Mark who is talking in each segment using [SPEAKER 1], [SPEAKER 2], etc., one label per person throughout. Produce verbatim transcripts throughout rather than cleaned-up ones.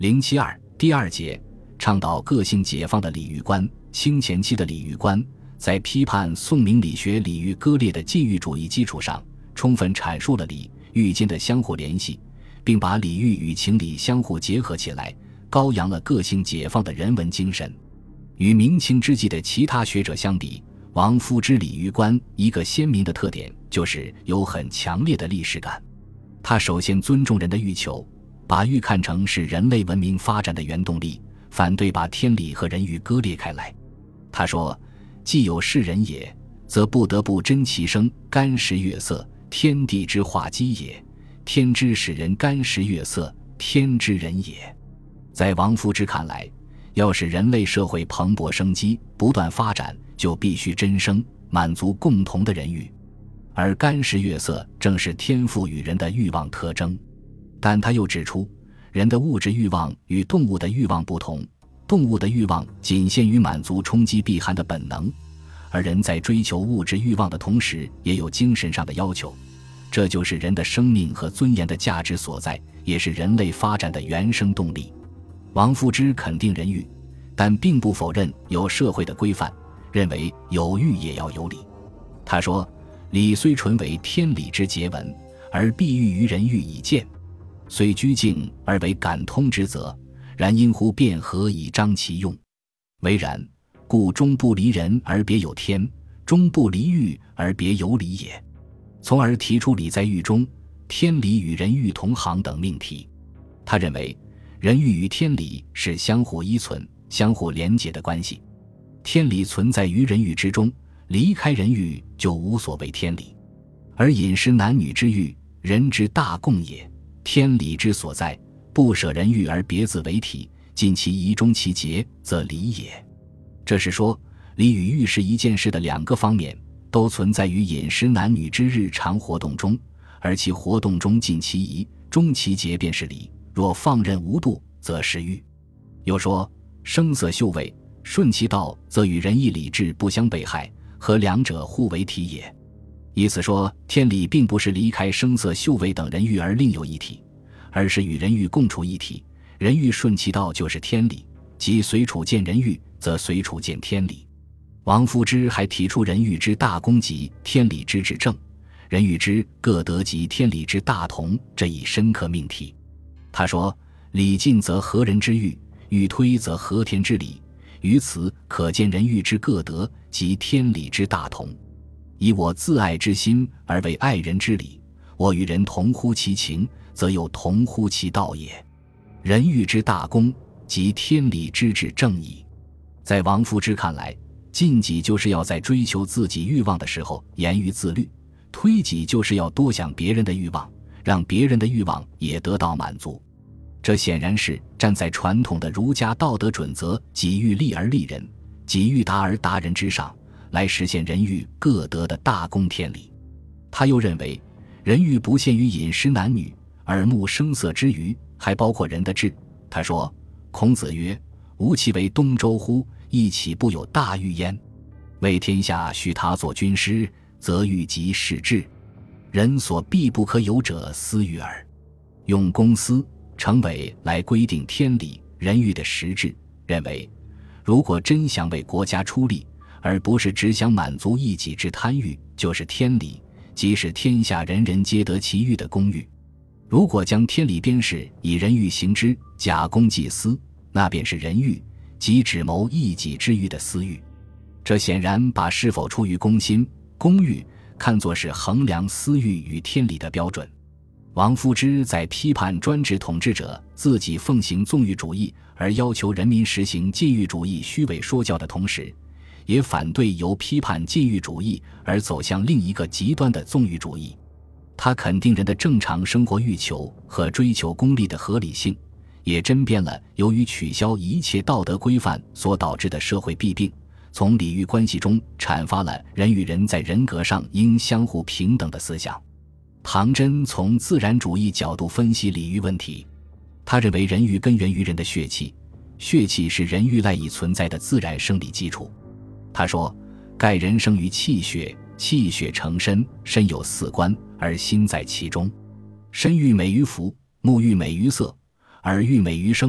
[SPEAKER 1] 零七二第二节，倡导个性解放的礼遇观。清前期的礼遇观在批判宋明理学礼遇割裂的禁欲主义基础上，充分阐述了礼欲间的相互联系，并把礼遇与情理相互结合起来，高扬了个性解放的人文精神。与明清之际的其他学者相比，王夫之礼遇观一个鲜明的特点就是有很强烈的历史感。他首先尊重人的欲求，把欲看成是人类文明发展的原动力，反对把天理和人欲割裂开来。他说，既有是人也，则不得不真其生，干食月色，天地之化机也，天之使人干食月色，天之人也。在王夫之看来，要使人类社会蓬勃生机，不断发展，就必须真生，满足共同的人欲。而干食月色正是天赋予人的欲望特征。但他又指出，人的物质欲望与动物的欲望不同，动物的欲望仅限于满足充饥避寒的本能，而人在追求物质欲望的同时也有精神上的要求，这就是人的生命和尊严的价值所在，也是人类发展的原生动力。王夫之肯定人欲，但并不否认有社会的规范，认为有欲也要有理。他说，理虽纯为天理之结文，而必欲于人欲以见，虽居静而为感通之则，然因乎辩合以彰其用。唯然，故终不离人而别有天，终不离欲而别有理也。从而提出理在欲中，天理与人欲同行等命题。他认为人欲与天理是相互依存、相互连结的关系，天理存在于人欲之中，离开人欲就无所谓天理。而饮食男女之欲，人之大共也，天理之所在，不舍人欲而别自为体，尽其宜终其节，则理也。这是说，理与欲是一件事的两个方面，都存在于饮食男女之日常活动中，而其活动中尽其宜，终其节便是理，若放任无度，则是欲。又说，声色嗅味，顺其道，则与仁义礼智不相被害，和两者互为体也。意思说，天理并不是离开声色嗅味等人欲而另有一体，而是与人欲共处一体，人欲顺其道就是天理，即随处见人欲，则随处见天理。王夫之还提出人欲之大公及天理之至正，人欲之各得及天理之大同这一深刻命题。他说，理尽则合人之欲，欲推则合天之理，于此可见人欲之各得及天理之大同。以我自爱之心而为爱人之理，我与人同乎其情，则又同乎其道也。人欲之大公，即天理之至正矣。在王夫之看来，进己就是要在追求自己欲望的时候严于自律，推己就是要多想别人的欲望，让别人的欲望也得到满足。这显然是站在传统的儒家道德准则己欲立而立人，己欲达而达人之上，来实现人欲各得的大公天理。他又认为，人欲不限于饮食男女、耳目声色之余，还包括人的志。他说，孔子曰，吾其为东周乎，亦岂不有大欲焉？为天下许他作军师，则欲及世志。人所必不可有者私欲耳。用公私、成伪来规定天理、人欲的实质，认为如果真想为国家出力，而不是只想满足一己之贪欲，就是天理，即使天下人人皆得其欲的公欲。如果将天理边事以人欲行之，假公济私，那便是人欲，即只谋一己之欲的私欲。这显然把是否出于公心、公欲看作是衡量私欲与天理的标准。王夫之在批判专制统治者自己奉行纵欲主义而要求人民实行禁欲主义虚伪说教的同时，也反对由批判禁欲主义而走向另一个极端的纵欲主义。他肯定人的正常生活欲求和追求功利的合理性，也针砭了由于取消一切道德规范所导致的社会弊病，从礼欲关系中阐发了人与人在人格上应相互平等的思想。唐真从自然主义角度分析礼欲问题，他认为人欲根源于人的血气，血气是人欲赖以存在的自然生理基础。他说，盖人生于气血，气血成身，身有四官，而心在其中。身欲美于服，目欲美于色，耳欲美于声，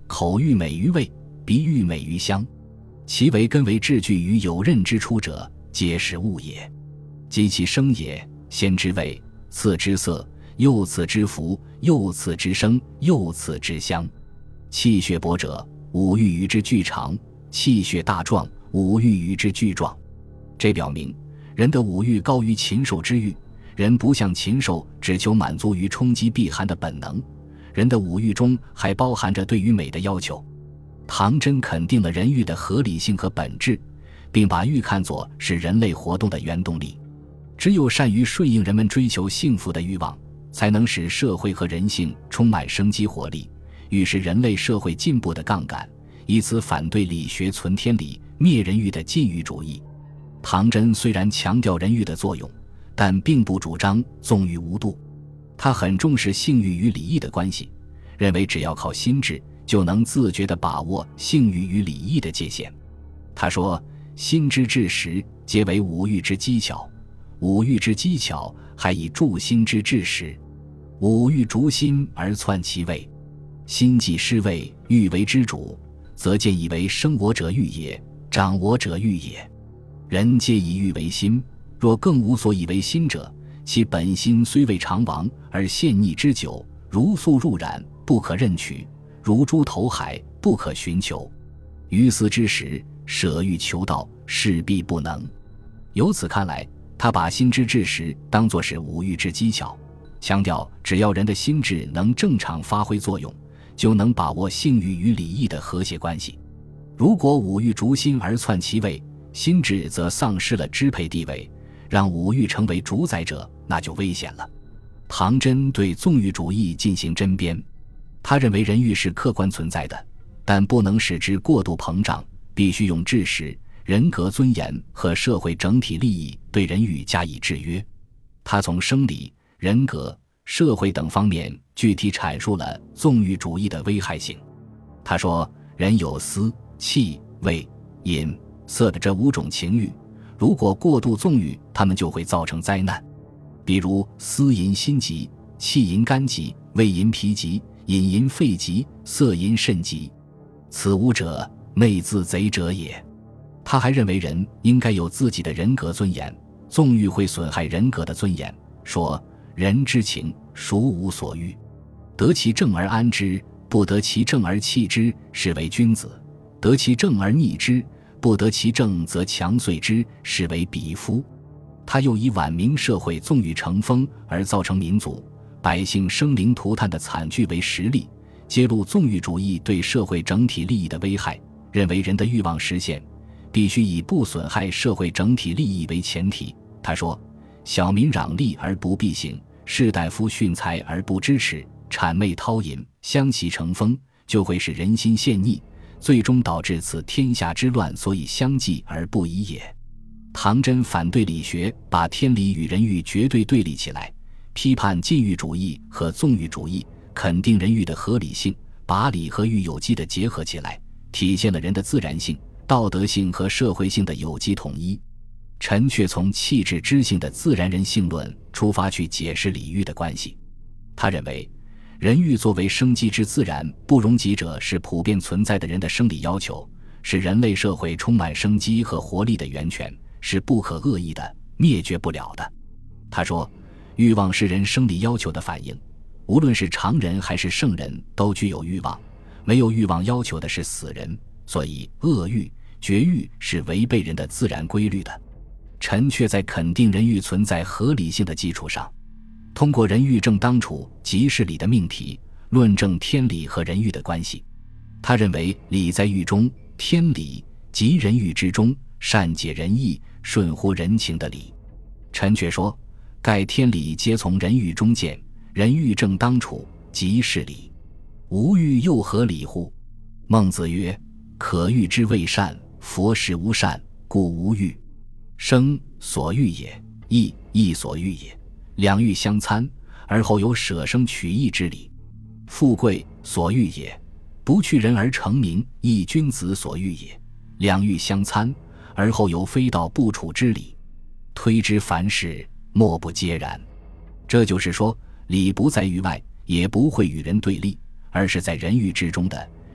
[SPEAKER 1] 口欲美于味，鼻欲美于香，其为根为质具于有任之初者，皆是物也。及其生也，先之味，次之色，又次之服，又次之声，又次之香。气血薄者，五欲与之俱长；气血大壮，五欲与之俱壮。这表明人的五欲高于禽兽之欲，人不像禽兽只求满足于冲击避寒的本能，人的五欲中还包含着对于美的要求。唐真肯定了人欲的合理性和本质，并把欲看作是人类活动的原动力。只有善于顺应人们追求幸福的欲望，才能使社会和人性充满生机活力，欲是人类社会进步的杠杆，以此反对理学存天理、灭人欲的禁欲主义。唐真虽然强调人欲的作用，但并不主张纵欲无度。他很重视性欲与礼义的关系，认为只要靠心智就能自觉地把握性欲与礼义的界限。他说，心之至实，皆为五欲之机巧，五欲之机巧，还以助心之至实。五欲逐心而窜其位，心既失位，欲为之主，则见以为生我者欲也，长我者欲也。人皆以欲为心，若更无所以为心者，其本心虽未尝亡，而陷溺之久，如素入染，不可任取，如猪投海，不可寻求。于斯之时，舍欲求道，势必不能。由此看来，他把心之至实当作是五欲之机巧，强调只要人的心智能正常发挥作用，就能把握性欲与礼义的和谐关系。如果五欲逐心而窜其位，心智则丧失了支配地位，让五欲成为主宰者，那就危险了。唐真对纵欲主义进行针砭，他认为人欲是客观存在的，但不能使之过度膨胀，必须用知识、人格尊严和社会整体利益对人欲加以制约。他从生理、人格、社会等方面具体阐述了纵欲主义的危害性。他说，人有思、气、味、饮、色的这五种情欲，如果过度纵欲，它们就会造成灾难。比如思淫心急，气淫肝急，味淫脾急，饮淫肺急，色淫肾急。此五者，内自贼者也。他还认为人应该有自己的人格尊严，纵欲会损害人格的尊严，说人之情，孰无所欲？得其正而安之，不得其正而弃之，是为君子；得其正而逆之，不得其正则强遂之，是为鄙夫。他又以晚明社会纵欲成风而造成民族百姓生灵涂炭的惨剧为实例，揭露纵欲主义对社会整体利益的危害，认为人的欲望实现必须以不损害社会整体利益为前提。他说，小民攘利而不必行，士大夫训财而不支持，谄媚掏淫，相其成风，就会使人心陷溺，最终导致此天下之乱，所以相继而不已也。唐真反对理学把天理与人欲绝对对立起来，批判禁欲主义和纵欲主义，肯定人欲的合理性，把理和欲有机的结合起来，体现了人的自然性、道德性和社会性的有机统一。陈却从气质知性的自然人性论出发去解释理欲的关系。他认为，人欲作为生机之自然不容己者，是普遍存在的人的生理要求，是人类社会充满生机和活力的源泉，是不可恶意的，灭绝不了的。他说，欲望是人生理要求的反应，无论是常人还是圣人都具有欲望，没有欲望要求的是死人，所以恶欲、绝欲是违背人的自然规律的。陈却在肯定人欲存在合理性的基础上，通过人欲正当处即是理的命题，论证天理和人欲的关系。他认为理在欲中，天理即人欲之中，善解人意，顺乎人情的理。陈却说，盖天理皆从人欲中见，人欲正当处即是理，无欲又何理乎？孟子曰，可欲之谓善，佛实无善，故无欲。生所欲也，义义所欲也，两欲相参，而后有舍生取义之理。富贵所欲也，不去人而成名，义君子所欲也，两欲相参，而后有非道不处之理。推之凡事，莫不皆然。这就是说，理不在于外，也不会与人对立，而是在人欲之中的，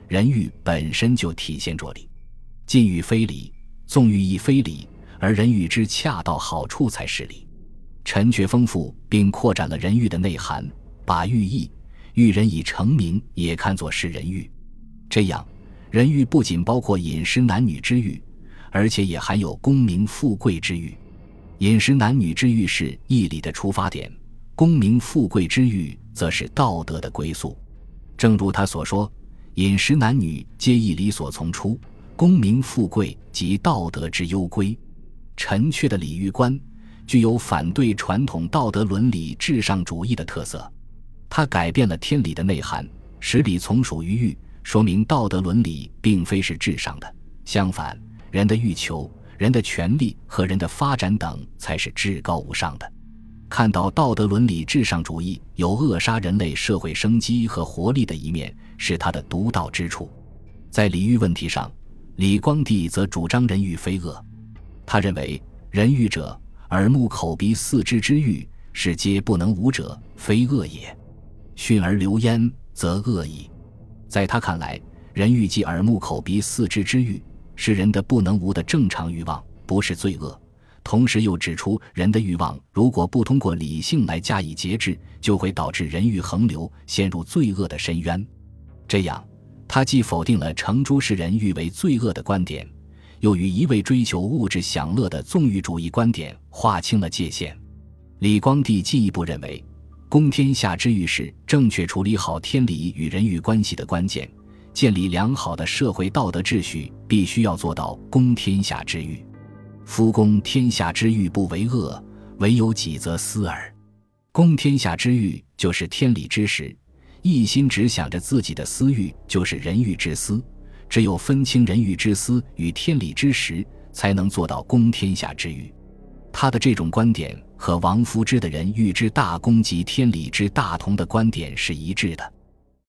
[SPEAKER 1] 人欲本身就体现着理。禁欲非理，纵欲亦非理，而人欲之恰到好处才是理。陈觉丰富并扩展了人欲的内涵，把欲意、欲人以成名也看作是人欲。这样，人欲不仅包括饮食男女之欲，而且也含有功名富贵之欲。饮食男女之欲是义理的出发点，功名富贵之欲则是道德的归宿。正如他所说，饮食男女皆义理所从出，功名富贵即道德之攸归。陈确的礼欲观具有反对传统道德伦理至上主义的特色，它改变了天理的内涵，使理从属于欲，说明道德伦理并非是至上的，相反，人的欲求、人的权利和人的发展等才是至高无上的。看到道德伦理至上主义有扼杀人类社会生机和活力的一面，是它的独到之处。在礼欲问题上，李光地则主张人欲非恶。他认为人欲者，耳目口鼻四肢之欲，是皆不能无者，非恶也。训而流焉，则恶矣。在他看来，人欲即耳目口鼻四肢之欲，是人的不能无的正常欲望，不是罪恶。同时又指出，人的欲望如果不通过理性来加以节制，就会导致人欲横流，陷入罪恶的深渊。这样，他既否定了程朱视人欲为罪恶的观点，又与一味追求物质享乐的纵欲主义观点划清了界限。李光地进一步认为，公天下之欲是正确处理好天理与人欲关系的关键，建立良好的社会道德秩序必须要做到公天下之欲。夫公天下之欲不为恶，唯有己则私耳。公天下之欲就是天理之时，一心只想着自己的私欲就是人欲之私，只有分清人欲之私与天理之时，才能做到公天下之欲。他的这种观点和王夫之的人欲之大公及天理之大同的观点是一致的。